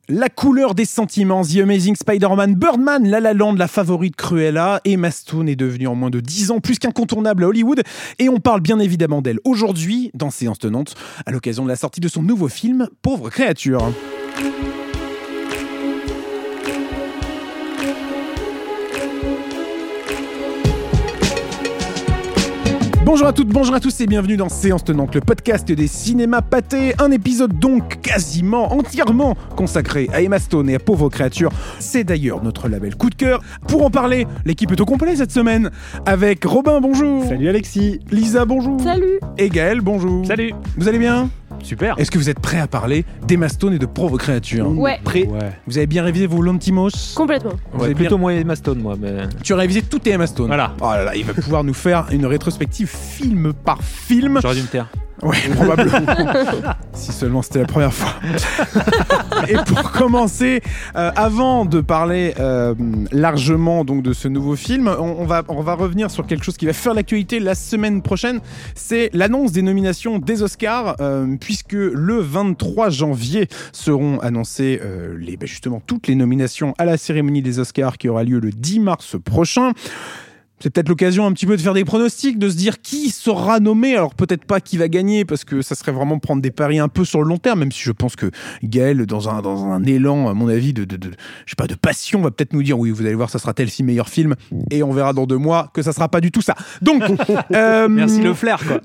La couleur des sentiments, The Amazing Spider-Man, Birdman, La La Land, la favorite Cruella, Emma Stone est devenue en moins de 10 ans plus qu'incontournable à Hollywood et on parle bien évidemment d'elle aujourd'hui dans Séance Tenante à l'occasion de la sortie de son nouveau film Pauvre créature. Bonjour à toutes, bonjour à tous et bienvenue dans Séance Tenante, le podcast des cinémas pâtés. Un épisode donc quasiment entièrement consacré à Emma Stone et à Pauvre créature. C'est d'ailleurs notre label coup de cœur. Pour en parler, l'équipe est au complet cette semaine avec Robin, bonjour. Salut Alexis. Lisa, bonjour. Salut. Et Gaël, bonjour. Salut. Vous allez bien ? Super. Est-ce que vous êtes prêts à parler d'Emma Stone et de Pauvre créature ? Ouais. Prêt ? Ouais. Vous avez bien révisé vos Lantimos ? Complètement. Vous avez Plutôt bien... moi Emma Stone, moi. Mais... Tu as révisé tout tes Emma Stone. Voilà. Oh là là, il va pouvoir nous faire une rétrospective film par film. J'aurais dû me taire. Ouais, probablement. Si seulement c'était la première fois. Et pour commencer, avant de parler largement donc de ce nouveau film, on va revenir sur quelque chose qui va faire l'actualité la semaine prochaine. C'est l'annonce des nominations des Oscars, puisque le 23 janvier seront annoncées justement toutes les nominations à la cérémonie des Oscars qui aura lieu le 10 mars prochain. C'est peut-être l'occasion un petit peu de faire des pronostics, de se dire qui sera nommé. Alors peut-être pas qui va gagner, parce que ça serait vraiment prendre des paris un peu sur le long terme, même si je pense que Gaël, dans un élan, à mon avis, de passion, va peut-être nous dire oui, vous allez voir, ça sera tel meilleur film, et on verra dans 2 mois que ça sera pas du tout ça. Donc, merci le flair, quoi.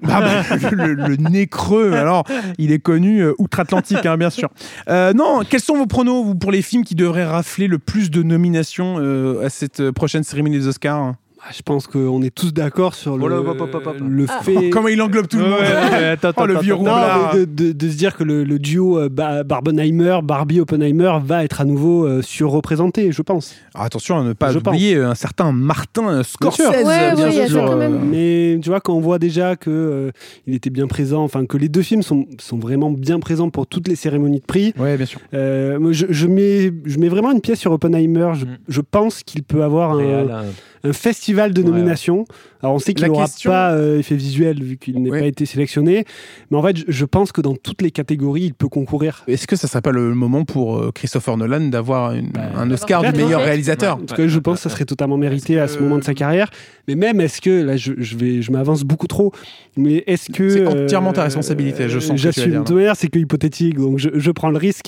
Le nez creux, alors, il est connu outre-Atlantique, hein, bien sûr. Non, quels sont vos pronos, vous, pour les films qui devraient rafler le plus de nominations à cette prochaine cérémonie des Oscars ? Je pense qu'on est tous d'accord sur le fait... Comment il englobe tout le monde. Le vieux roublard. De se dire que le duo Barbenheimer, Barbie-Oppenheimer va être à nouveau surreprésenté, je pense. Alors attention à ne pas oublier un certain Martin Scorsese, bien sûr. Mais tu vois, quand on voit déjà qu'il était bien présent, enfin que les 2 films sont vraiment bien présents pour toutes les cérémonies de prix. Ouais, bien sûr. Je mets vraiment une pièce sur Oppenheimer. Je pense qu'il peut avoir un festival de nomination. Ouais. Alors on sait qu'il n'aura pas effet visuel vu qu'il n'a pas été sélectionné, mais en fait je pense que dans toutes les catégories il peut concourir. Est-ce que ça serait pas le moment pour Christopher Nolan d'avoir un Oscar du meilleur réalisateur ? En tout cas je pense que ça serait totalement mérité à ce moment de sa carrière. Mais même est-ce que là je m'avance beaucoup trop, mais est-ce que c'est entièrement ta responsabilité, je sens. J'assume. De toute manière c'est que hypothétique, donc je prends le risque.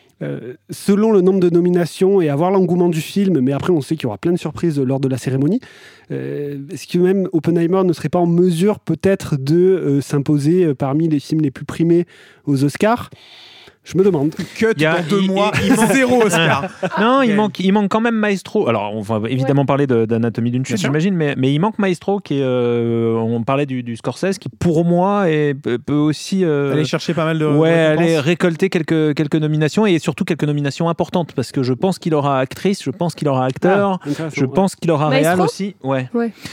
Selon le nombre de nominations et avoir l'engouement du film, mais après on sait qu'il y aura plein de surprises lors de la cérémonie, est-ce que même Oppenheimer ne serait pas en mesure peut-être de s'imposer parmi les films les plus primés aux Oscars ? Je me demande. Dans 2 mois, il manque 0 Oscar. Non, il manque quand même Maestro. Alors, on va évidemment parler d'Anatomie d'une chute, j'imagine, mais il manque Maestro, qui est, on parlait du Scorsese, qui pour moi peut aussi aller chercher pas mal de aller récolter quelques nominations, et surtout quelques nominations importantes, parce que je pense qu'il aura actrice, je pense qu'il aura acteur, je pense qu'il aura réal aussi. Ouais.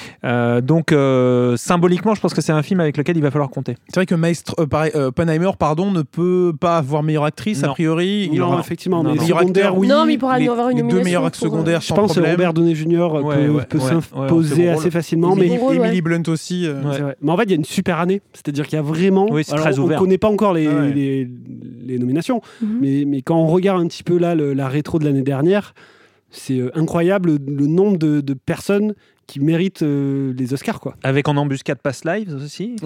Donc, symboliquement, je pense que c'est un film avec lequel il va falloir compter. C'est vrai que Oppenheimer, ne peut pas avoir meilleure actrice, a priori. Effectivement, mais meilleur acteur, oui. Non, mais il pourra nous avoir une nomination. Les 2 meilleurs acteurs secondaires, je pense que Robert Downey Jr. peut s'imposer assez facilement. Emily Blunt aussi. Mais en fait, il y a une super année. C'est-à-dire qu'il y a vraiment... Oui, c'est très ouvert. On ne connaît pas encore les nominations, mais quand on regarde un petit peu là, la rétro de l'année dernière, c'est incroyable le nombre de personnes qui méritent les Oscars, quoi. Avec En embuscade Past Lives aussi.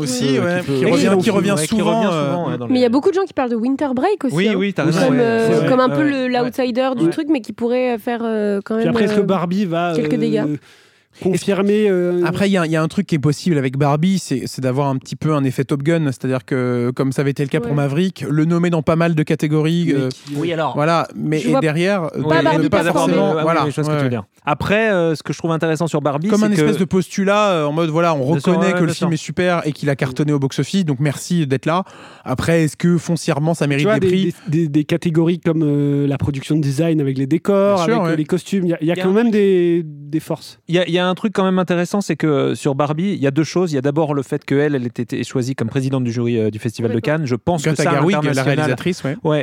Qui revient souvent. Mais il y a beaucoup de gens qui parlent de Winter Break aussi. Oui, t'as raison. Comme un peu l'outsider du truc, mais qui pourrait faire quand même. Puis après, est-ce que Barbie va quelques dégâts confirmer Après, il y a un truc qui est possible avec Barbie, c'est d'avoir un petit peu un effet Top Gun, c'est-à-dire que, comme ça avait été le cas pour Maverick, le nommer dans pas mal de catégories. Oui, alors. Voilà, mais derrière, pas forcément. Voilà. Je vois ce que tu veux dire. Après, ce que je trouve intéressant sur Barbie, comme c'est un espèce de postulat en mode on reconnaît que le film est super et qu'il a cartonné au box-office, donc merci d'être là. Après, est-ce que foncièrement ça mérite des prix ? Des catégories comme la production de design avec les décors, avec les costumes, il y a quand même des forces. Il y y a un truc quand même intéressant, c'est que sur Barbie, il y a deux choses. Il y a d'abord le fait qu'elle ait été choisie comme présidente du jury du Festival de Cannes. Je pense que ça, à l'international, la réalisatrice,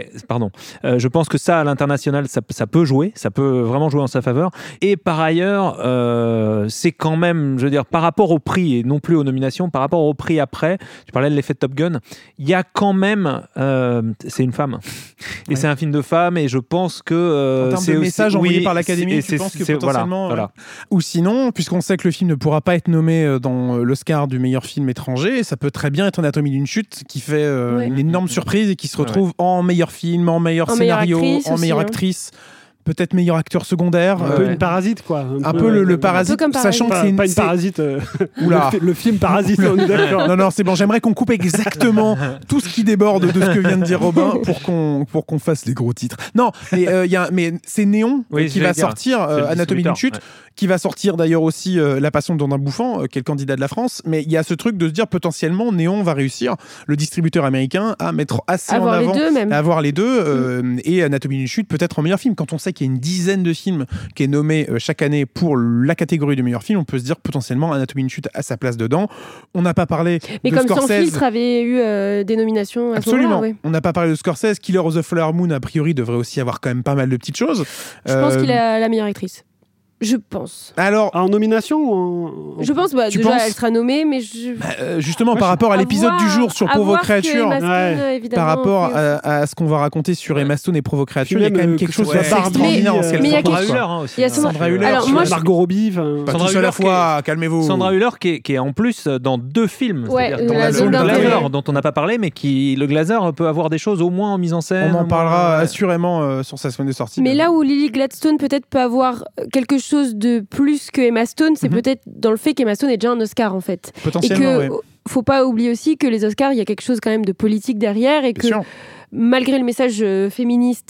je pense que ça, à l'international, ça peut jouer, ça peut vraiment jouer en sa faveur. Et par ailleurs, c'est quand même, je veux dire, par rapport au prix et non plus aux nominations, par rapport au prix après, tu parlais de l'effet de Top Gun, il y a quand même, c'est une femme, et c'est un film de femme, et je pense que en termes de message envoyé par l'Académie, tu penses que potentiellement, voilà. Ou sinon, puisqu'on sait que le film ne pourra pas être nommé dans l'Oscar du meilleur film étranger, ça peut très bien être Anatomie d'une chute qui fait une énorme surprise et qui se retrouve en meilleur film, en meilleur scénario, en meilleure actrice. Peut-être meilleur acteur secondaire. Un peu une Parasite, quoi. Un peu le Parasite, sachant que c'est pas une Parasite. Oula. Le film Parasite, on est d'accord. Non, c'est bon. J'aimerais qu'on coupe exactement tout ce qui déborde de ce que vient de dire Robin pour qu'on fasse les gros titres. Non, mais c'est Néon qui va sortir, Anatomie d'une chute, qui va sortir d'ailleurs aussi La Passion de Dandin Bouffant, qui est le candidat de la France. Mais il y a ce truc de se dire potentiellement Néon va réussir, le distributeur américain, à mettre assez en avant, à avoir les deux, et Anatomie d'une chute peut-être en meilleur film. Quand on sait qu'il y a une dizaine de films qui est nommé chaque année pour la catégorie du meilleur film, on peut se dire potentiellement Anatomie d'une chute à sa place dedans. On n'a pas parlé mais de comme Scorsese. Sans filtre avait eu des nominations à Absolument. ce moment-là, On n'a pas parlé de Scorsese. Killer of the Flower Moon, a priori, devrait aussi avoir quand même pas mal de petites choses. Je pense qu'il a la meilleure actrice. Je pense. Alors, en nomination ou Je pense, déjà, elle sera nommée, mais justement, par rapport à l'épisode du jour sur Pauvre Créature, par rapport à ce qu'on va raconter sur Emma Stone et Pauvre Créature, il y a quand même quelque chose d'extraordinaire en ce qu'elle fait. Il y a Sandra Hüller, Margot Robbie, pas tous à la fois, calmez-vous. Sandra Hüller qui est en plus dans deux films, c'est-à-dire dans La Zone d'intérêt, dont on n'a pas parlé, mais le Glaser peut avoir des choses au moins en mise en scène. On en parlera assurément sur sa semaine de sortie. Mais là où Lily Gladstone peut-être peut avoir quelque chose de plus que Emma Stone, c'est peut-être dans le fait qu'Emma Stone ait déjà un Oscar en fait. Potentiellement, et que faut pas oublier aussi que les Oscars, il y a quelque chose quand même de politique derrière et que malgré le message féministe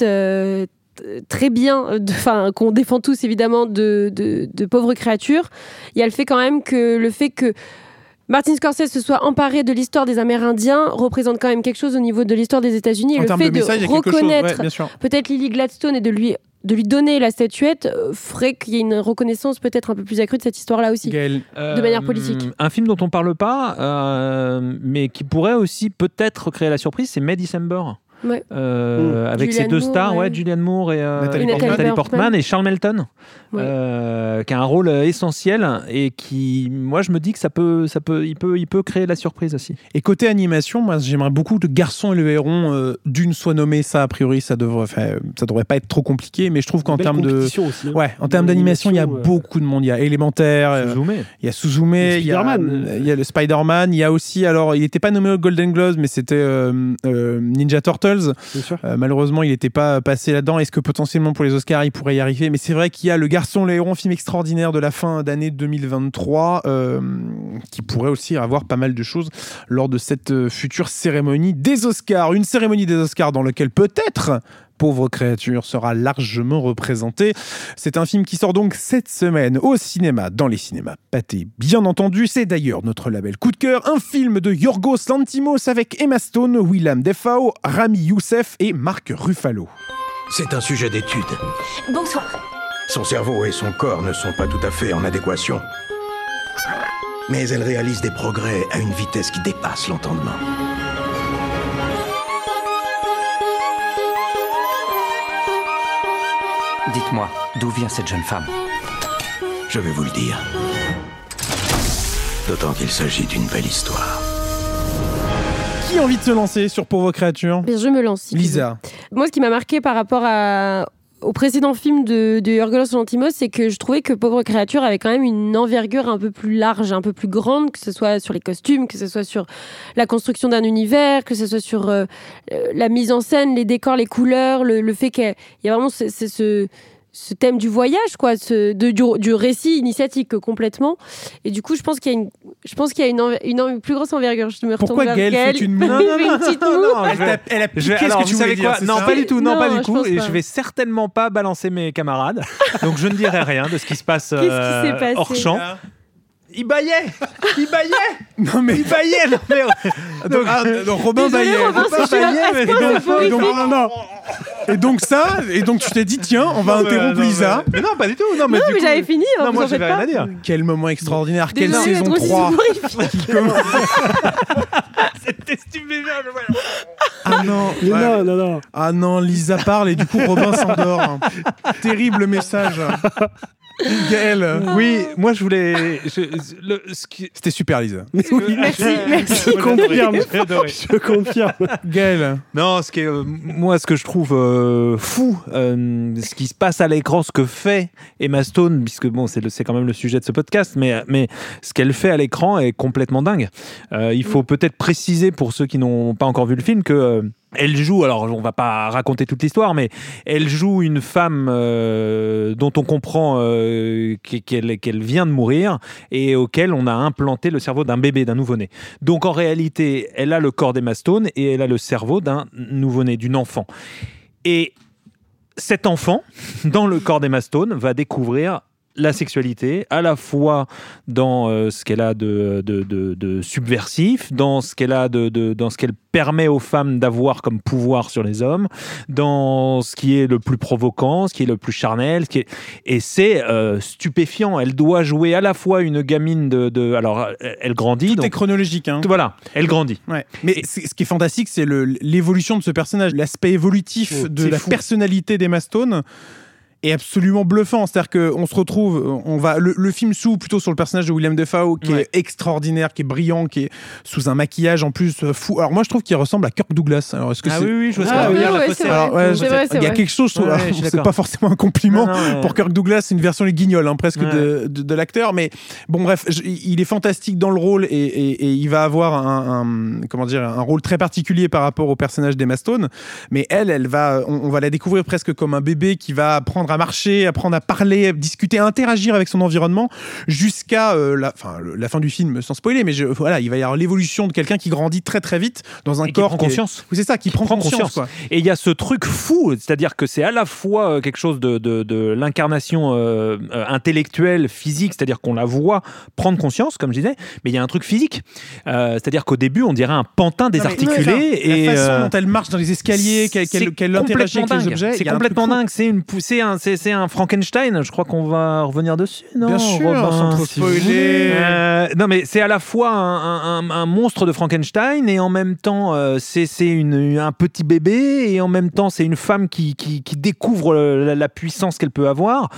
très bien, qu'on défend tous évidemment de Pauvre Créature, il y a le fait quand même que Martin Scorsese se soit emparé de l'histoire des Amérindiens représente quand même quelque chose au niveau de l'histoire des États-Unis. Et le fait de reconnaître peut-être Lily Gladstone et de lui donner la statuette ferait qu'il y ait une reconnaissance peut-être un peu plus accrue de cette histoire-là aussi, de manière politique. Un film dont on parle pas, mais qui pourrait aussi peut-être créer la surprise, c'est May December. Avec ces deux stars, Julianne Moore et Nathalie Portman et Charles Melton, qui a un rôle essentiel et qui, moi, je me dis que il peut créer la surprise aussi. Et côté animation, moi, j'aimerais beaucoup que Garçon et le Héron d'une soit nommé. Ça, a priori, ça devrait pas être trop compliqué, mais je trouve qu'en termes en termes d'animation, il y a beaucoup de monde. Il y a Élémentaire, il y a Suzume, il y a le Spider-Man, il y a aussi, alors, il n'était pas nommé au Golden Globes, mais c'était Ninja Turtles. Malheureusement, il n'était pas passé là-dedans. Est-ce que potentiellement pour les Oscars, il pourrait y arriver? Mais c'est vrai qu'il y a Le Garçon, le Héron, film extraordinaire de la fin d'année 2023, qui pourrait aussi avoir pas mal de choses lors de cette future cérémonie des Oscars. Une cérémonie des Oscars dans laquelle peut-être Pauvre Créature sera largement représentée. C'est un film qui sort donc cette semaine au cinéma, dans les cinémas Pathé, bien entendu. C'est d'ailleurs notre label coup de cœur, un film de Yorgos Lanthimos avec Emma Stone, Willem Dafoe, Rami Youssef et Mark Ruffalo. C'est un sujet d'étude. Bonsoir. Son cerveau et son corps ne sont pas tout à fait en adéquation. Mais elle réalise des progrès à une vitesse qui dépasse l'entendement. Dites-moi, d'où vient cette jeune femme? Je vais vous le dire. D'autant qu'il s'agit d'une belle histoire. Qui a envie de se lancer sur Pauvre Créature? Je me lance. Lisa. Moi, ce qui m'a marqué par rapport au précédent film de Yorgos Lanthimos, c'est que je trouvais que Pauvre Créature avait quand même une envergure un peu plus large, un peu plus grande, que ce soit sur les costumes, que ce soit sur la construction d'un univers, que ce soit sur la mise en scène, les décors, les couleurs, le fait qu'il y a vraiment ce thème du voyage, quoi, du récit initiatique complètement. Et du coup, je pense qu'il y a une plus grosse envergure. Je me retourne Pourquoi vers Gaëlle fait une moue? une petite moue. Elle a piqué ce que tu voulais dire. Non, pas du tout. Non, pas du tout. Et pas. je vais certainement pas balancer mes camarades. Donc, je ne dirai rien de ce qui se passe hors champ. Il baillait. Non mais il baillait. Donc Robin baillait. Robin, non. Et donc tu t'es dit, tiens, on va interrompre Lisa. Mais non, pas du tout. Non, mais j'avais fini. Non, moi, j'avais rien à dire. Quel moment extraordinaire. Quelle saison 3. C'était stupéfiant. Ah non. Non. Ah non, Lisa parle et du coup, Robin s'endort. Terrible message. Gaël. Oui, moi je voulais. C'était super, Lisa. Oui, merci. Je confirme. Gaël. Non, ce que je trouve fou, ce qui se passe à l'écran, ce que fait Emma Stone, puisque bon, c'est quand même le sujet de ce podcast, mais ce qu'elle fait à l'écran est complètement dingue. Il faut peut-être préciser pour ceux qui n'ont pas encore vu le film que. Elle joue, alors on va pas raconter toute l'histoire, mais elle joue une femme dont on comprend qu'elle vient de mourir et auquel on a implanté le cerveau d'un bébé, d'un nouveau-né. Donc en réalité, elle a le corps d'Emma Stone et elle a le cerveau d'un nouveau-né, d'une enfant. Et cet enfant, dans le corps d'Emma Stone, va découvrir la sexualité, à la fois dans ce qu'elle a de subversif, dans ce qu'elle a dans ce qu'elle permet aux femmes d'avoir comme pouvoir sur les hommes, dans ce qui est le plus provoquant, ce qui est le plus charnel, et c'est stupéfiant. Elle doit jouer à la fois une gamine alors elle grandit. Tout est chronologique. Hein. Voilà, elle grandit. Ouais. Mais ce qui est fantastique, c'est l'évolution de ce personnage, l'aspect évolutif de la personnalité d'Emma Stone. Est absolument bluffant, c'est-à-dire qu'on se retrouve, le film s'ouvre plutôt sur le personnage de William Dafoe qui est extraordinaire, qui est brillant, qui est sous un maquillage en plus fou. Alors moi je trouve qu'il ressemble à Kirk Douglas. Alors est-ce que oui, je vois il y a quelque chose, c'est pas forcément un compliment pour Kirk Douglas, c'est une version les guignols presque de l'acteur, mais bon bref, il est fantastique dans le rôle et il va avoir un rôle très particulier par rapport au personnage d'Emma Stone, mais on va la découvrir presque comme un bébé qui va apprendre à marcher, apprendre à parler, à discuter, à interagir avec son environnement jusqu'à la fin du film, sans spoiler, mais il va y avoir l'évolution de quelqu'un qui grandit très très vite dans un corps qui prend conscience. Oui, c'est ça, qui prend conscience. Quoi. Et il y a ce truc fou, c'est-à-dire que c'est à la fois quelque chose de l'incarnation intellectuelle, physique, c'est-à-dire qu'on la voit prendre conscience, comme je disais, mais il y a un truc physique. C'est-à-dire qu'au début, on dirait un pantin désarticulé. Et la façon dont elle marche dans les escaliers, qu'elle interagit avec les objets. C'est complètement dingue. C'est un Frankenstein, je crois qu'on va revenir dessus, non ? Bien sûr, sans trop spoiler. Non, mais c'est à la fois un monstre de Frankenstein et en même temps c'est un petit bébé et en même temps c'est une femme qui découvre la puissance qu'elle peut avoir.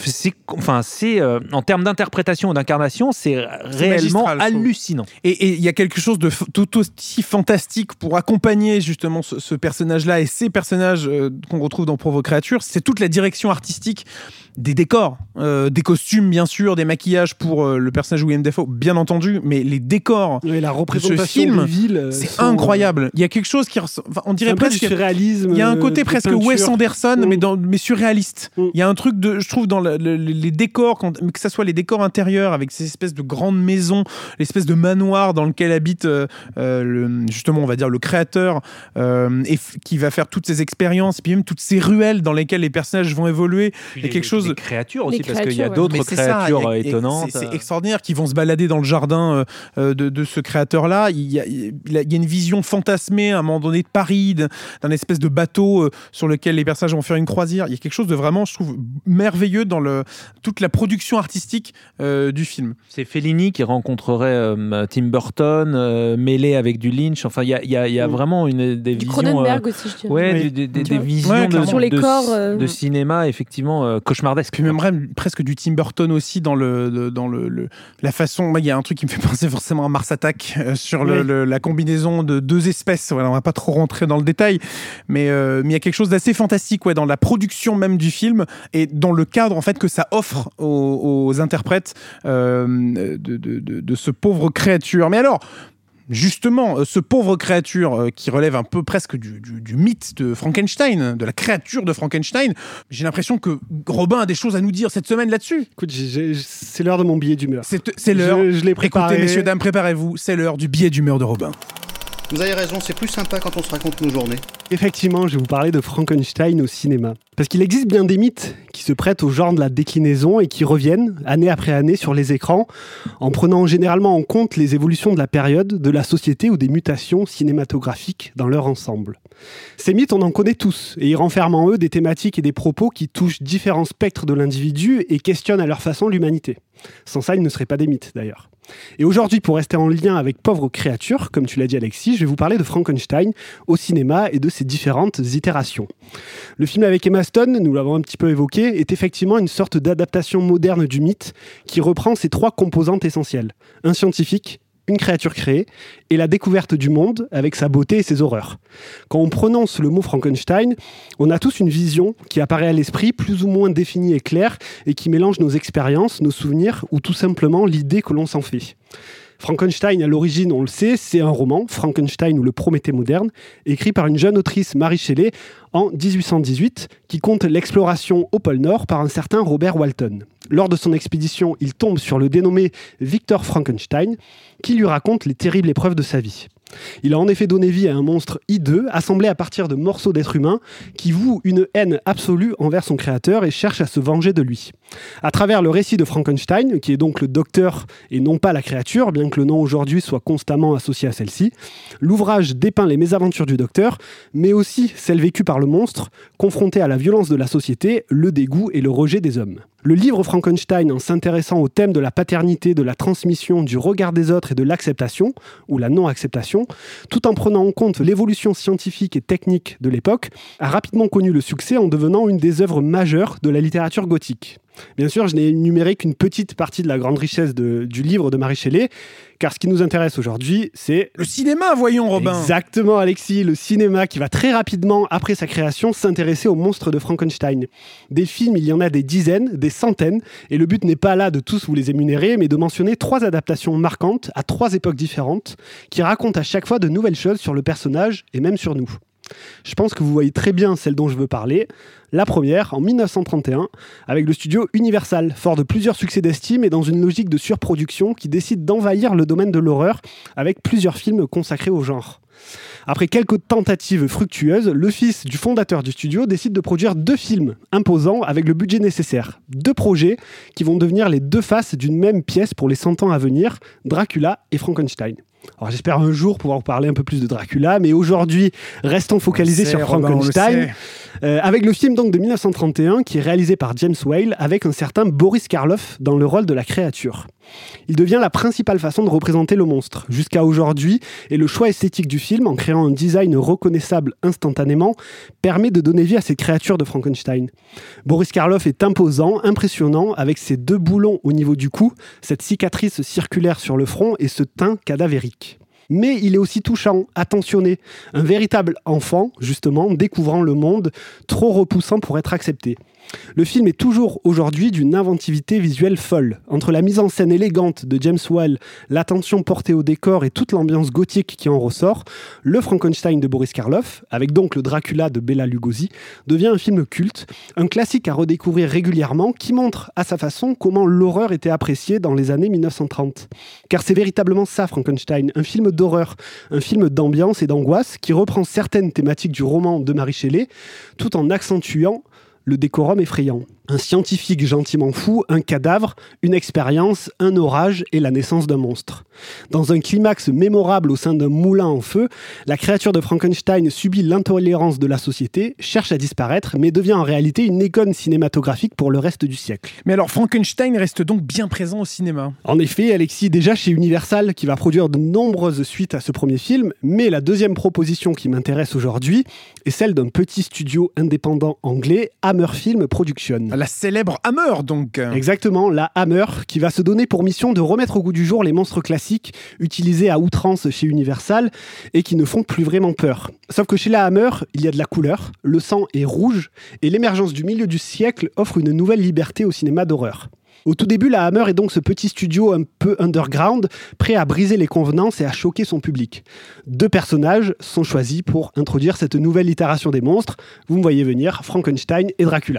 En termes d'interprétation et d'incarnation, c'est réellement hallucinant. Et il y a quelque chose de tout aussi fantastique pour accompagner justement ce personnage-là et ces personnages qu'on retrouve dans Pauvre créature, c'est toute la direction artistique des décors, des costumes bien sûr, des maquillages pour le personnage de William Dafoe bien entendu, mais les décors la représentation de ce film, des villes, c'est incroyable. Il y a quelque chose qui on dirait presque du surréalisme. Il y a un côté presque Wes Anderson mais surréaliste. Il y a un truc je trouve dans les décors, que ça soit les décors intérieurs avec ces espèces de grandes maisons, l'espèce de manoir dans lequel habite justement on va dire le créateur et qui va faire toutes ces expériences et puis même toutes ces ruelles dans lesquelles les personnages vont évoluer. Il y a quelque chose des créatures aussi, parce qu'il y a d'autres créatures étonnantes. C'est extraordinaire qui vont se balader dans le jardin de ce créateur-là. Il y a une vision fantasmée à un moment donné de Paris, d'un espèce de bateau sur lequel les personnages vont faire une croisière. Il y a quelque chose de vraiment, je trouve, merveilleux dans toute la production artistique du film. C'est Fellini qui rencontrerait Tim Burton, mêlé avec du Lynch. Enfin, il y a vraiment des du visions... Cronenberg aussi, je dirais. Des visions sur les corps, de cinéma, effectivement, cauchemardesque. Puis même presque du Tim Burton aussi dans la façon. Il y a un truc qui me fait penser forcément à Mars Attack sur la combinaison de deux espèces. Voilà, on va pas trop rentrer dans le détail, mais il y a quelque chose d'assez fantastique dans la production même du film et dans le cadre en fait que ça offre aux interprètes de ce pauvre créature. Mais alors. Justement, ce pauvre créature qui relève un peu presque du mythe de Frankenstein, de la créature de Frankenstein, j'ai l'impression que Robin a des choses à nous dire cette semaine là-dessus. Écoute, c'est l'heure de mon billet d'humeur. C'est l'heure. Je l'ai préparé. Écoutez, messieurs, dames, préparez-vous. C'est l'heure du billet d'humeur de Robin. Vous avez raison, c'est plus sympa quand on se raconte nos journées. Effectivement, je vais vous parler de Frankenstein au cinéma. Parce qu'il existe bien des mythes qui se prêtent au genre de la déclinaison et qui reviennent, année après année, sur les écrans, en prenant généralement en compte les évolutions de la période, de la société ou des mutations cinématographiques dans leur ensemble. Ces mythes, on en connaît tous, et ils renferment en eux des thématiques et des propos qui touchent différents spectres de l'individu et questionnent à leur façon l'humanité. Sans ça, ils ne seraient pas des mythes, d'ailleurs. Et aujourd'hui, pour rester en lien avec Pauvres créatures, comme tu l'as dit Alexis, je vais vous parler de Frankenstein au cinéma et de ses différentes itérations. Le film avec Emma Stone, nous l'avons un petit peu évoqué, est effectivement une sorte d'adaptation moderne du mythe qui reprend ses 3 composantes essentielles. Un scientifique, une créature créée, et la découverte du monde avec sa beauté et ses horreurs. Quand on prononce le mot Frankenstein, on a tous une vision qui apparaît à l'esprit plus ou moins définie et claire et qui mélange nos expériences, nos souvenirs ou tout simplement l'idée que l'on s'en fait. Frankenstein, à l'origine, on le sait, c'est un roman, Frankenstein ou le Prométhée moderne, écrit par une jeune autrice, Mary Shelley, en 1818, qui compte l'exploration au pôle Nord par un certain Robert Walton. Lors de son expédition, il tombe sur le dénommé Victor Frankenstein, qui lui raconte les terribles épreuves de sa vie. Il a en effet donné vie à un monstre hideux, assemblé à partir de morceaux d'êtres humains, qui voue une haine absolue envers son créateur et cherche à se venger de lui. À travers le récit de Frankenstein, qui est donc le docteur et non pas la créature, bien que le nom aujourd'hui soit constamment associé à celle-ci, l'ouvrage dépeint les mésaventures du docteur, mais aussi celles vécues par le monstre, confronté à la violence de la société, le dégoût et le rejet des hommes. Le livre Frankenstein, en s'intéressant au thème de la paternité, de la transmission, du regard des autres et de l'acceptation, ou la non-acceptation, tout en prenant en compte l'évolution scientifique et technique de l'époque, a rapidement connu le succès en devenant une des œuvres majeures de la littérature gothique. Bien sûr, je n'ai énuméré qu'une petite partie de la grande richesse du livre de Mary Shelley, car ce qui nous intéresse aujourd'hui, c'est... Le cinéma, voyons, Robin. Exactement, Alexis, le cinéma qui va très rapidement, après sa création, s'intéresser au monstre de Frankenstein. Des films, il y en a des dizaines, des centaines, et le but n'est pas là de tous vous les énumérer, mais de mentionner 3 adaptations marquantes à 3 époques différentes, qui racontent à chaque fois de nouvelles choses sur le personnage et même sur nous. Je pense que vous voyez très bien celle dont je veux parler. La première, en 1931, avec le studio Universal, fort de plusieurs succès d'estime et dans une logique de surproduction qui décide d'envahir le domaine de l'horreur avec plusieurs films consacrés au genre. Après quelques tentatives fructueuses, le fils du fondateur du studio décide de produire 2 films imposants avec le budget nécessaire. 2 projets qui vont devenir les 2 faces d'une même pièce pour les 100 ans à venir, Dracula et Frankenstein. Alors j'espère un jour pouvoir vous parler un peu plus de Dracula, mais aujourd'hui, restons focalisés sur Frankenstein, avec le film donc de 1931 qui est réalisé par James Whale avec un certain Boris Karloff dans le rôle de la créature. Il devient la principale façon de représenter le monstre jusqu'à aujourd'hui, et le choix esthétique du film, en créant un design reconnaissable instantanément, permet de donner vie à cette créature de Frankenstein. Boris Karloff est imposant, impressionnant, avec ses 2 boulons au niveau du cou, cette cicatrice circulaire sur le front et ce teint cadavérique. Mais il est aussi touchant, attentionné, un véritable enfant, justement, découvrant le monde, trop repoussant pour être accepté. Le film est toujours aujourd'hui d'une inventivité visuelle folle. Entre la mise en scène élégante de James Whale, l'attention portée au décor et toute l'ambiance gothique qui en ressort, le Frankenstein de Boris Karloff, avec donc le Dracula de Bela Lugosi, devient un film culte, un classique à redécouvrir régulièrement qui montre à sa façon comment l'horreur était appréciée dans les années 1930. Car c'est véritablement ça Frankenstein, un film d'horreur, un film d'ambiance et d'angoisse qui reprend certaines thématiques du roman de Mary Shelley, tout en accentuant le décorum effrayant. Un scientifique gentiment fou, un cadavre, une expérience, un orage et la naissance d'un monstre. Dans un climax mémorable au sein d'un moulin en feu, la créature de Frankenstein subit l'intolérance de la société, cherche à disparaître, mais devient en réalité une icône cinématographique pour le reste du siècle. Mais alors Frankenstein reste donc bien présent au cinéma. En effet, Alexis, déjà chez Universal, qui va produire de nombreuses suites à ce premier film, mais la deuxième proposition qui m'intéresse aujourd'hui est celle d'un petit studio indépendant anglais, Hammer Film Production. La célèbre Hammer, donc. Exactement, la Hammer, qui va se donner pour mission de remettre au goût du jour les monstres classiques utilisés à outrance chez Universal et qui ne font plus vraiment peur. Sauf que chez la Hammer, il y a de la couleur, le sang est rouge et l'émergence du milieu du siècle offre une nouvelle liberté au cinéma d'horreur. Au tout début, la Hammer est donc ce petit studio un peu underground, prêt à briser les convenances et à choquer son public. 2 personnages sont choisis pour introduire cette nouvelle itération des monstres. Vous me voyez venir, Frankenstein et Dracula.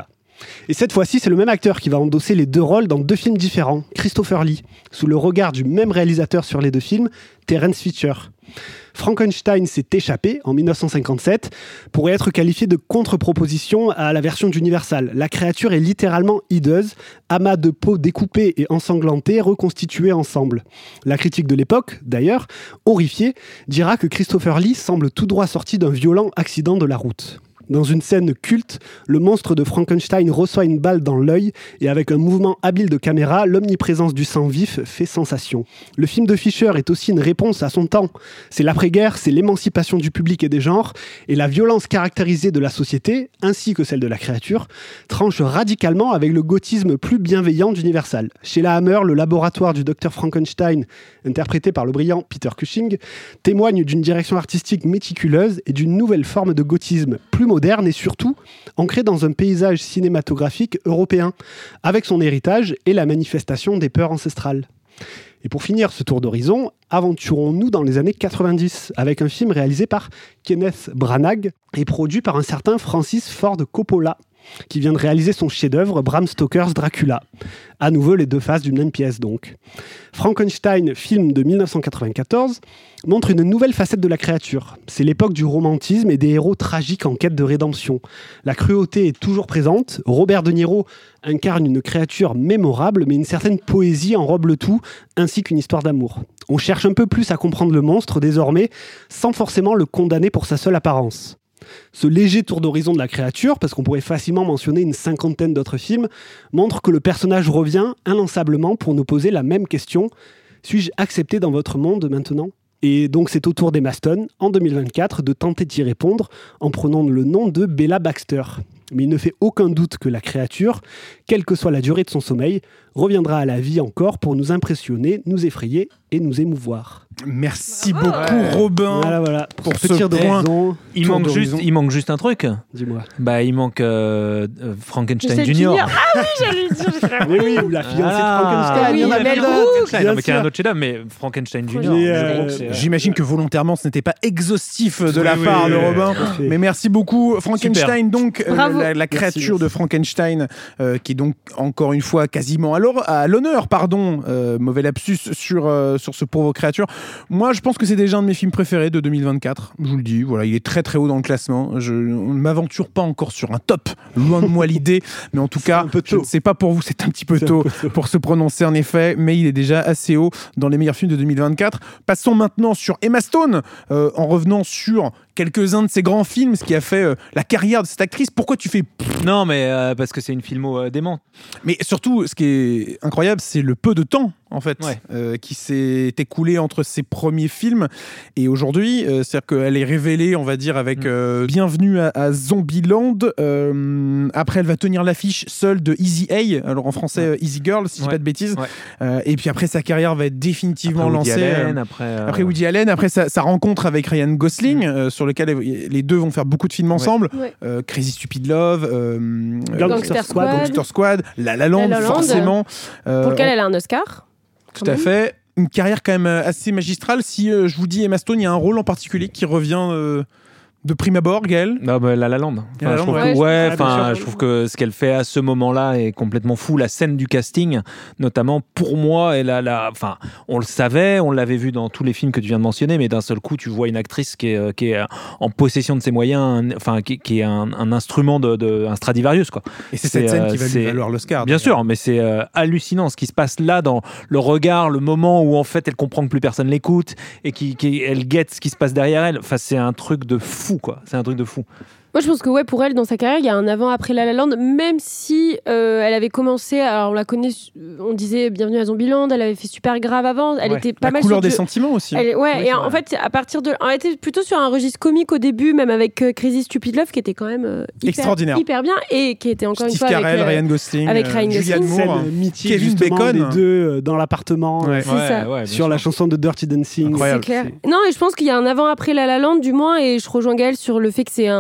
Et cette fois-ci, c'est le même acteur qui va endosser les 2 rôles dans 2 films différents, Christopher Lee, sous le regard du même réalisateur sur les 2 films, Terence Fisher. Frankenstein s'est échappé en 1957, pourrait être qualifié de contre-proposition à la version d'Universal. La créature est littéralement hideuse, amas de peau découpés et ensanglantés reconstitués ensemble. La critique de l'époque, d'ailleurs, horrifiée, dira que Christopher Lee semble tout droit sorti d'un violent accident de la route. Dans une scène culte, le monstre de Frankenstein reçoit une balle dans l'œil et avec un mouvement habile de caméra, l'omniprésence du sang vif fait sensation. Le film de Fisher est aussi une réponse à son temps. C'est l'après-guerre, c'est l'émancipation du public et des genres, et la violence caractérisée de la société, ainsi que celle de la créature, tranche radicalement avec le gothisme plus bienveillant d'Universal. Chez la Hammer, le laboratoire du Dr Frankenstein, interprété par le brillant Peter Cushing, témoigne d'une direction artistique méticuleuse et d'une nouvelle forme de gothisme plus moderne et surtout ancré dans un paysage cinématographique européen, avec son héritage et la manifestation des peurs ancestrales. Et pour finir ce tour d'horizon, aventurons-nous dans les années 90 avec un film réalisé par Kenneth Branagh et produit par un certain Francis Ford Coppola, qui vient de réaliser son chef-d'œuvre Bram Stoker's Dracula. À nouveau les 2 faces d'une même pièce donc. Frankenstein, film de 1994, montre une nouvelle facette de la créature. C'est l'époque du romantisme et des héros tragiques en quête de rédemption. La cruauté est toujours présente. Robert De Niro incarne une créature mémorable, mais une certaine poésie enrobe le tout, ainsi qu'une histoire d'amour. On cherche un peu plus à comprendre le monstre désormais, sans forcément le condamner pour sa seule apparence. Ce léger tour d'horizon de la créature, parce qu'on pourrait facilement mentionner une 50aine d'autres films, montre que le personnage revient inlassablement pour nous poser la même question. Suis-je accepté dans votre monde maintenant ? Et donc c'est au tour d'Emma Stone, en 2024, de tenter d'y répondre en prenant le nom de Bella Baxter. Mais il ne fait aucun doute que la créature, quelle que soit la durée de son sommeil, reviendra à la vie encore pour nous impressionner, nous effrayer et nous émouvoir. Merci beaucoup Robin pour ce tir de raison. Il manque juste un truc. Dis-moi. Il manque Frankenstein Junior. Ah oui, j'allais dire. Mais oui, ou la fiancée de Frankenstein. Oui, il y en a Mel d'autres. Il y a un autre chef-d'œuvre, mais Frankenstein Junior. J'imagine que volontairement ce n'était pas exhaustif de la part de Robin. Mais merci beaucoup. Frankenstein, donc la créature de Frankenstein, qui est donc encore une fois quasiment à l'honneur, mauvais lapsus sur ce pauvre créature. Moi, je pense que c'est déjà un de mes films préférés de 2024. Je vous le dis, voilà, il est très très haut dans le classement. On ne m'aventure pas encore sur un top, loin de moi l'idée, mais en tout cas, je ne sais pas pour vous, c'est un petit peu tôt pour se prononcer en effet, mais il est déjà assez haut dans les meilleurs films de 2024. Passons maintenant sur Emma Stone, en revenant sur quelques-uns de ses grands films, ce qui a fait la carrière de cette actrice. Pourquoi tu fais... Non, mais parce que c'est une filmo dément. Mais surtout, ce qui est incroyable, c'est le peu de temps, en fait, qui s'est écoulé entre ses premiers films et aujourd'hui. C'est-à-dire qu'elle est révélée, on va dire, avec Bienvenue à Zombieland. Après, elle va tenir l'affiche seule de Easy A, alors en français Easy Girl, si je dis pas de bêtises. Et puis après, sa carrière va être définitivement lancée. Après Woody Allen, après sa rencontre avec Ryan Gosling, sur lequel les deux vont faire beaucoup de films ensemble. Crazy Stupid Love, Gangster Squad, La La Land, forcément. Pour lequel elle a un Oscar. Tout à fait. Une carrière quand même assez magistrale. Si je vous dis Emma Stone, il y a un rôle en particulier qui revient de prime abord, Gaël. La La Land. Je trouve que ce qu'elle fait à ce moment-là est complètement fou. La scène du casting, notamment pour moi, on le savait, on l'avait vu dans tous les films que tu viens de mentionner, mais d'un seul coup, tu vois une actrice qui est en possession de ses moyens, qui est un instrument un Stradivarius, quoi. Et c'est cette scène qui va lui valoir l'Oscar. Bien sûr, mais c'est hallucinant ce qui se passe là dans le regard, le moment où en fait elle comprend que plus personne l'écoute et qu'elle guette ce qui se passe derrière elle. Enfin, c'est un truc de fou. C'est un truc de fou. Moi, je pense que pour elle, dans sa carrière, il y a un avant-après La La Land, même si elle avait commencé, alors on la connaît, on disait Bienvenue à Zombieland, elle avait fait Super Grave avant, elle était pas mal sur... La couleur des sentiments aussi. En fait, à partir de... Elle était plutôt sur un registre comique au début, même avec Crazy Stupid Love, qui était quand même extraordinaire, hyper bien, et qui était encore Steve une fois Carell, Ryan Gosling, avec Ryan Julianne Moore, Kevin Bacon, les deux dans l'appartement, sur la chanson de Dirty Dancing. Incroyable. C'est clair. Non, et je pense qu'il y a un avant-après La La Land, du moins, et je rejoins Gaël sur le fait que c'est je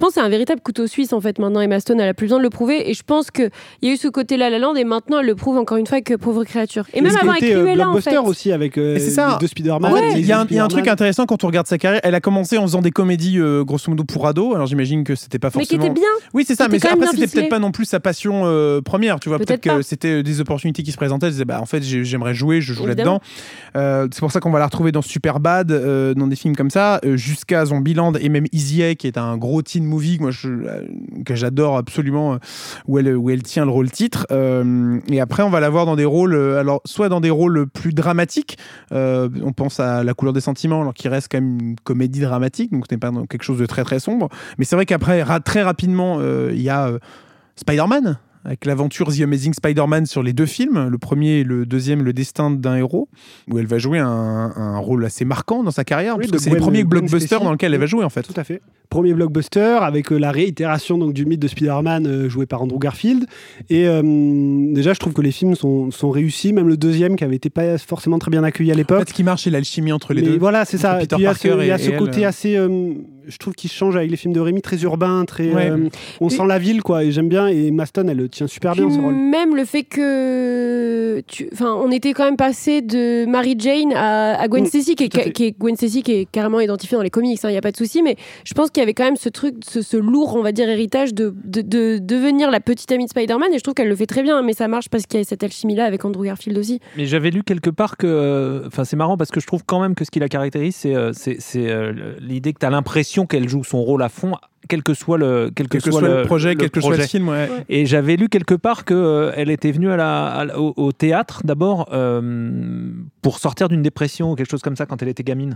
pense que c'est un véritable couteau suisse en fait. Maintenant, Emma Stone, elle a plus besoin de le prouver, et je pense qu'il y a eu ce côté La La Land, et maintenant elle le prouve encore une fois avec Pauvre créature. Et même avant avec Cruella en fait. Aussi avec les deux Spider-Man. Il y a un truc intéressant quand on regarde sa carrière. Elle a commencé en faisant des comédies grosso modo pour ados. Alors j'imagine que c'était pas forcément. Mais qui était bien. Oui, c'est ça. Mais après c'était peut-être pas non plus sa passion première. Tu vois, peut-être que c'était des opportunités qui se présentaient. Elle disait en fait j'aimerais jouer, je joue là-dedans. C'est pour ça qu'on va la retrouver dans Superbad, dans des films comme ça, jusqu'à Zombieland et même Easy A, qui est un gros teen movie que j'adore absolument, où elle tient le rôle titre. Et après on va la voir dans des rôles, alors soit dans des rôles plus dramatiques, on pense à La couleur des sentiments, alors qui reste quand même une comédie dramatique, donc ce n'est pas quelque chose de très très sombre, mais c'est vrai qu'après très rapidement il y a Spider-Man, avec l'aventure The Amazing Spider-Man sur les deux films, le premier et le deuxième, Le destin d'un héros, où elle va jouer un rôle assez marquant dans sa carrière, parce que c'est les premiers blockbusters dans lesquels elle va jouer en fait. Tout à fait. Premier blockbuster avec la réitération donc, du mythe de Spider-Man joué par Andrew Garfield. Et déjà, je trouve que les films sont réussis, même le deuxième qui avait été pas forcément très bien accueilli à l'époque. En fait, ce qui marche, c'est l'alchimie entre les deux. Voilà, c'est ça. Peter il y a Parker ce côté assez, je trouve qu'il change avec les films de Rémi, très urbain, très. On sent la ville, quoi. Et j'aime bien. Et Emma Stone, elle tient super bien ce rôle. Même le fait que, on était quand même passé de Mary Jane à Gwen Stacy, qui est Gwen Stacy qui est carrément identifiée dans les comics. Il n'y a pas de souci, mais je pense qu'il y avait quand même ce truc, ce lourd, on va dire, héritage de devenir la petite amie de Spider-Man, et je trouve qu'elle le fait très bien, mais ça marche parce qu'il y a cette alchimie-là avec Andrew Garfield aussi. Mais j'avais lu quelque part que, c'est marrant parce que je trouve quand même que ce qui la caractérise, c'est l'idée que tu as l'impression qu'elle joue son rôle à fond, quel que soit le projet, quel que soit le film. Ouais. Et j'avais lu quelque part qu'elle était venue au théâtre d'abord pour sortir d'une dépression ou quelque chose comme ça quand elle était gamine.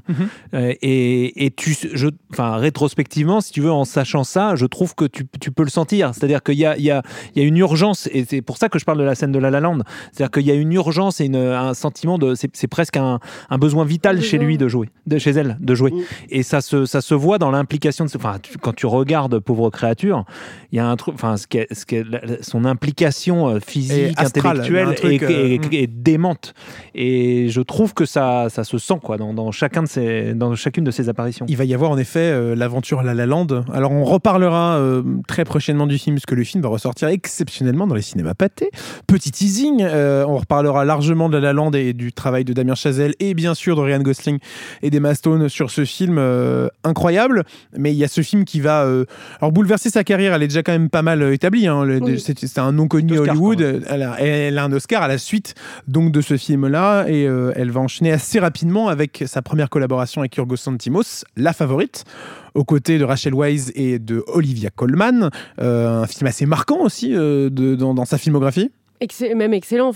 Et rétrospectivement, si tu veux, en sachant ça, je trouve que tu peux le sentir. C'est-à-dire qu'il y a une urgence, et c'est pour ça que je parle de la scène de La La Land. C'est-à-dire qu'il y a une urgence et un sentiment c'est presque un besoin vital chez lui chez elle de jouer. Et ça se voit dans l'implication de quand tu regarde Pauvre créature, il y a un truc, son implication physique, astrale, intellectuelle est démente. Et je trouve que ça se sent quoi dans chacune de ses apparitions. Il va y avoir en effet l'aventure La La Land. Alors on reparlera très prochainement du film, parce que le film va ressortir exceptionnellement dans les cinémas pâtés. Petit teasing, on reparlera largement de La La Land et du travail de Damien Chazelle et bien sûr de Ryan Gosling et d'Emma Stone sur ce film incroyable. Mais il y a ce film qui va alors bouleverser sa carrière. Elle est déjà quand même pas mal établie, hein. C'est un nom connu à Hollywood. Elle a un Oscar à la suite donc de ce film là, et elle va enchaîner assez rapidement avec sa première collaboration avec Yorgos Lanthimos, La Favorite, aux côtés de Rachel Weisz et de Olivia Colman, un film assez marquant aussi dans sa filmographie. Même excellent.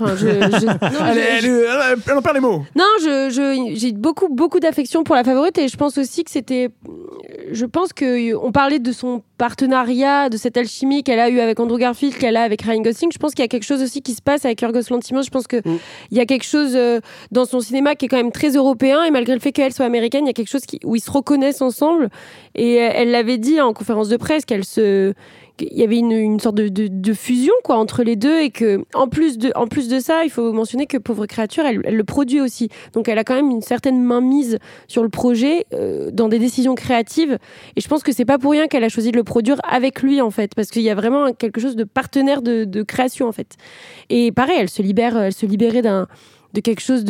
Elle en perd les mots. Non, j'ai beaucoup d'affection pour La Favorite, et je pense aussi que je pense qu'on parlait de son partenariat, de cette alchimie qu'elle a eue avec Andrew Garfield, qu'elle a avec Ryan Gosling. Je pense qu'il y a quelque chose aussi qui se passe avec Yorgos Lanthimos. Je pense qu'il y a quelque chose dans son cinéma qui est quand même très européen, et malgré le fait qu'elle soit américaine, il y a quelque chose où ils se reconnaissent ensemble. Et elle l'avait dit en conférence de presse il y avait une sorte de fusion quoi entre les deux, et que en plus de ça, il faut mentionner que Pauvre créature, elle le produit aussi, donc elle a quand même une certaine mainmise sur le projet, dans des décisions créatives, et je pense que c'est pas pour rien qu'elle a choisi de le produire avec lui en fait, parce qu'il y a vraiment quelque chose de partenaire de création en fait. Et pareil, elle se libérait de quelque chose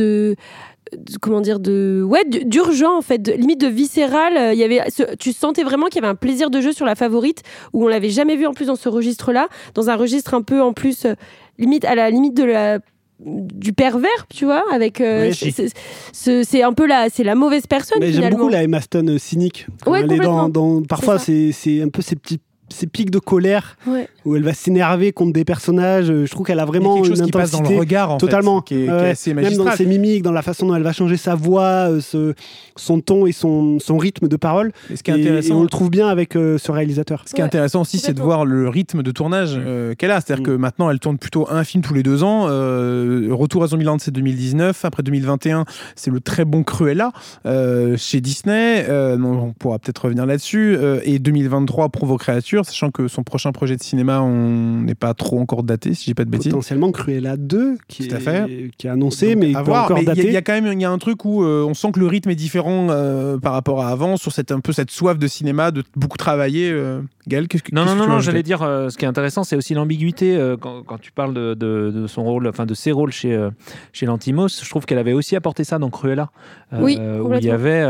d'urgent en fait, limite de viscéral. Tu sentais vraiment qu'il y avait un plaisir de jeu sur La Favorite, où on l'avait jamais vu en plus dans ce registre-là, dans un registre un peu en plus à la limite du pervers, tu vois, avec c'est un peu c'est la mauvaise personne. Mais finalement. J'aime beaucoup la Emma Stone cynique. Elle est parfois c'est un peu ces pics de colère où elle va s'énerver contre des personnages. Je trouve qu'elle a vraiment quelque chose une qui passe dans le regard, en totalement, fait, qui est assez magistral. Même dans ses mimiques, dans la façon dont elle va changer sa voix, son ton et son rythme de parole. Et ce qui est intéressant, et on le trouve bien avec ce réalisateur. Ce qui est intéressant aussi, c'est de voir le rythme de tournage qu'elle a. C'est-à-dire que maintenant, elle tourne plutôt un film tous les 2 ans. Retour à Zombieland, c'est 2019. Après 2021, c'est le très bon Cruella chez Disney. On pourra peut-être revenir là-dessus. Et 2023, Pauvre créature. créature, sachant que son prochain projet de cinéma, on n'est pas trop encore daté, si je dis pas de bêtises. Potentiellement Cruella 2, qui est annoncé, mais pas encore daté. Il y a quand même un truc où on sent que le rythme est différent par rapport à avant, sur cette soif de cinéma, de beaucoup travailler. Gaël, Non, j'allais dire, ce qui est intéressant, c'est aussi l'ambiguïté quand tu parles de son rôle, enfin de ses rôles chez Lanthimos. Je trouve qu'elle avait aussi apporté ça dans Cruella, où il y avait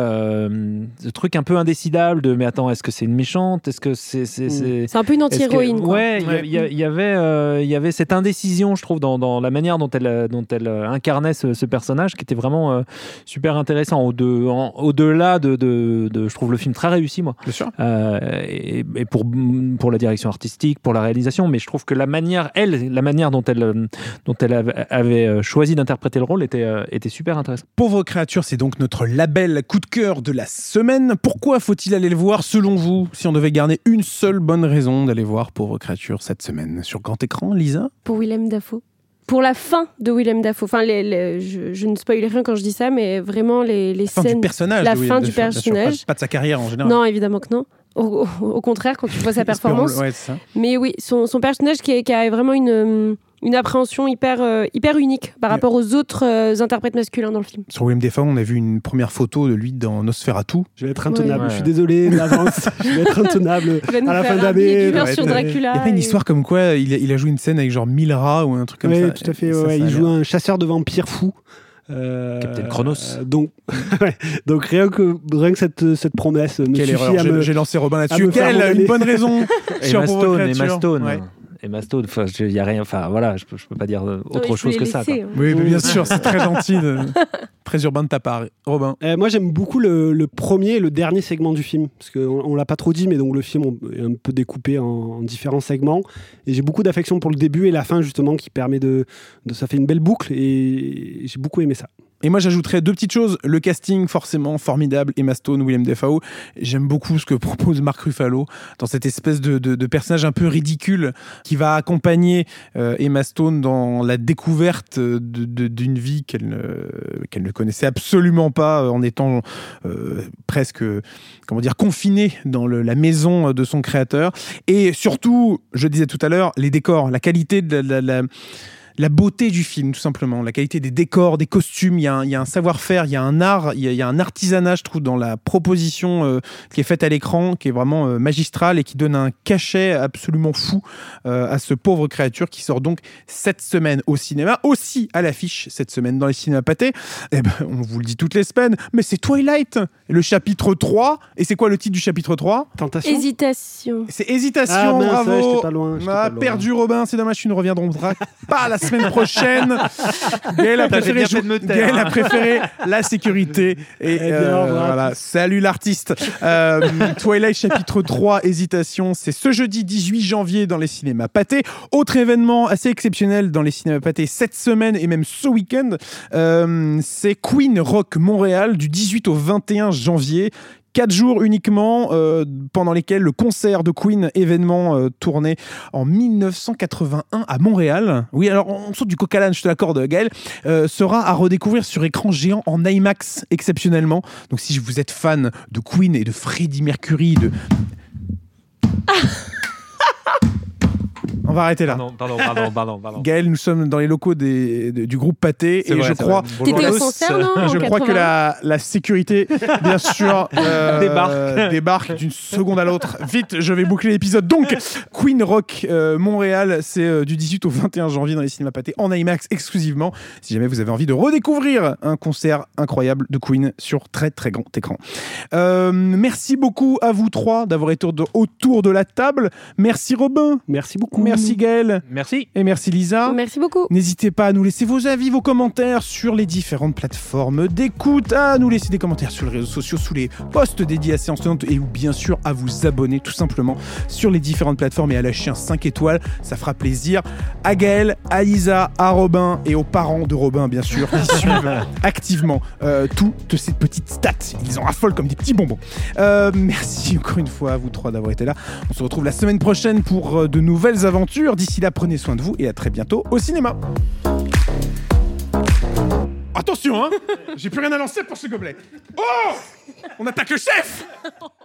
ce truc un peu indécidable de mais attends, est-ce que c'est une méchante, est-ce que c'est un peu une anti-héroïne. Il y avait cette indécision, je trouve, dans la manière dont elle incarnait ce personnage, qui était vraiment super intéressant. Au-delà de je trouve le film très réussi, moi. Bien sûr. Et pour la direction artistique, pour la réalisation, mais je trouve que la manière dont elle avait choisi d'interpréter le rôle était super intéressante. Pauvre créature, c'est donc notre label coup de cœur de la semaine. Pourquoi faut-il aller le voir, selon vous, si on devait garder une seule bonne raison d'aller voir Pauvre créature cette semaine sur grand écran, Lisa? Pour Willem Dafoe. Pour la fin de Willem Dafoe. Enfin, je ne spoil rien quand je dis ça, mais vraiment les scènes... du personnage. La fin du personnage. Pas de sa carrière en général. Non, évidemment que non. Au contraire, quand tu vois sa performance. Ouais, c'est ça. Mais oui, son personnage qui a vraiment une appréhension hyper unique par rapport aux autres interprètes masculins dans le film. Sur Willem Dafoe, on a vu une première photo de lui dans Nosferatu. Je vais être intenable, je suis désolé d'avance. Je vais être intenable à la fin d'année. Sur Dracula. Il y a pas une histoire comme quoi il a joué une scène avec genre 1000 rats ou un truc comme ça. Oui, tout à fait. Il joue un chasseur de vampires fou. Captain Chronos. Donc rien que cette promesse me suffit à me... J'ai lancé Robin là-dessus. Quelle une bonne raison. Emma Stone. Emma Stone, il y a rien, enfin voilà, je peux pas dire autre chose que ça. Oui, mais bien sûr, c'est très gentil, très urbain de ta part, Robin. Moi, j'aime beaucoup le premier et le dernier segment du film, parce qu'on l'a pas trop dit, mais donc le film est un peu découpé en différents segments, et j'ai beaucoup d'affection pour le début et la fin justement, qui permet ça fait une belle boucle, et j'ai beaucoup aimé ça. Et moi, j'ajouterais deux petites choses. Le casting, forcément, formidable. Emma Stone, Willem Dafoe. J'aime beaucoup ce que propose Mark Ruffalo dans cette espèce de personnage un peu ridicule qui va accompagner Emma Stone dans la découverte d'une vie qu'elle ne connaissait absolument pas en étant presque, confinée dans la maison de son créateur. Et surtout, je disais tout à l'heure, les décors, la qualité de la beauté du film, tout simplement, la qualité des décors, des costumes, il y a un savoir-faire, il y a un art, il y a un artisanat, je trouve, dans la proposition qui est faite à l'écran, qui est vraiment magistrale et qui donne un cachet absolument fou à ce pauvre créature qui sort donc cette semaine au cinéma, aussi à l'affiche cette semaine dans les cinémas pâtés. On vous le dit toutes les semaines, mais c'est Twilight, le chapitre 3. Et c'est quoi le titre du chapitre 3? Tentation. Hésitation. C'est Hésitation, bravo. Ouais, j'étais pas loin. Perdu Robin, c'est dommage, tu ne reviendras pas la semaine prochaine. Gaël a préféré la sécurité. Et voilà. Salut l'artiste. Twilight chapitre 3, Hésitation, c'est ce jeudi 18 janvier dans les cinémas pâtés. Autre événement assez exceptionnel dans les cinémas pâtés cette semaine et même ce week-end, c'est Queen Rock Montréal du 18 au 21 janvier. 4 jours uniquement, pendant lesquels le concert de Queen, événement tourné en 1981 à Montréal. Oui, alors on saute du coq à l'âne, je te l'accorde, Gaël, sera à redécouvrir sur écran géant en IMAX exceptionnellement. Donc si vous êtes fan de Queen et de Freddie Mercury, On va arrêter là. Pardon. Gaël, nous sommes dans les locaux du groupe Pâté et je crois... T'étais au concert, non? Je crois que la sécurité, bien sûr, débarque d'une seconde à l'autre. Vite, je vais boucler l'épisode. Donc, Queen Rock Montréal, c'est du 18 au 21 janvier dans les cinémas Pâté en IMAX exclusivement. Si jamais vous avez envie de redécouvrir un concert incroyable de Queen sur très très grand écran. Merci beaucoup à vous trois d'avoir été autour de la table. Merci Robin. Merci beaucoup. Merci Gaël. Merci. Et merci Lisa. Merci beaucoup. N'hésitez pas à nous laisser vos avis, vos commentaires sur les différentes plateformes d'écoute, à nous laisser des commentaires sur les réseaux sociaux, sous les posts dédiés à Séance Tenante et bien sûr à vous abonner tout simplement sur les différentes plateformes et à lâcher un 5 étoiles. Ça fera plaisir à Gaël, à Lisa, à Robin et aux parents de Robin bien sûr qui suivent activement toutes ces petites stats. Ils en raffolent comme des petits bonbons. Merci encore une fois à vous trois d'avoir été là. On se retrouve la semaine prochaine pour de nouvelles aventures. D'ici là, prenez soin de vous et à très bientôt au cinéma. Attention, hein, j'ai plus rien à lancer pour ce gobelet. Oh, on attaque le chef.